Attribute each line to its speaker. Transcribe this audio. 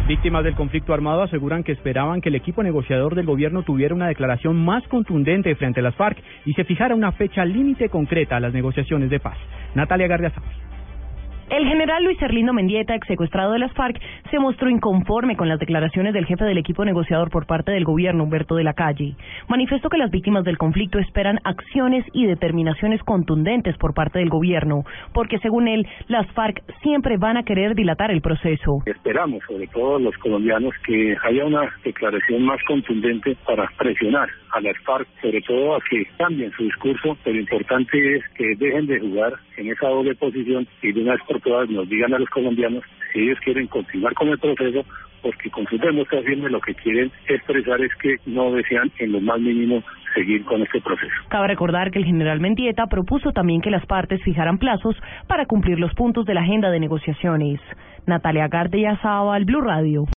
Speaker 1: Víctimas del conflicto armado aseguran que esperaban que el equipo negociador del gobierno tuviera una declaración más contundente frente a las FARC y se fijara una fecha límite concreta a las negociaciones de paz. Natalia Gardiazabal.
Speaker 2: El general Luis Erlindo Mendieta, ex secuestrado de las FARC, se mostró inconforme con las declaraciones del jefe del equipo negociador por parte del gobierno, Humberto de la Calle. Manifestó que las víctimas del conflicto esperan acciones y determinaciones contundentes por parte del gobierno, porque según él, las FARC siempre van a querer dilatar el proceso.
Speaker 3: Esperamos, sobre todo los colombianos, que haya una declaración más contundente para presionar a las FARC, sobre todo a que cambien su discurso, pero lo importante es que dejen de jugar en esa doble posición y de una vez por todas nos digan a los colombianos si ellos quieren continuar con el proceso, porque con sus demostraciones lo que quieren expresar es que no desean en lo más mínimo seguir con este proceso.
Speaker 2: Cabe recordar que el general Mendieta propuso también que las partes fijaran plazos para cumplir los puntos de la agenda de negociaciones. Natalia Gardiazabal, Blue Radio.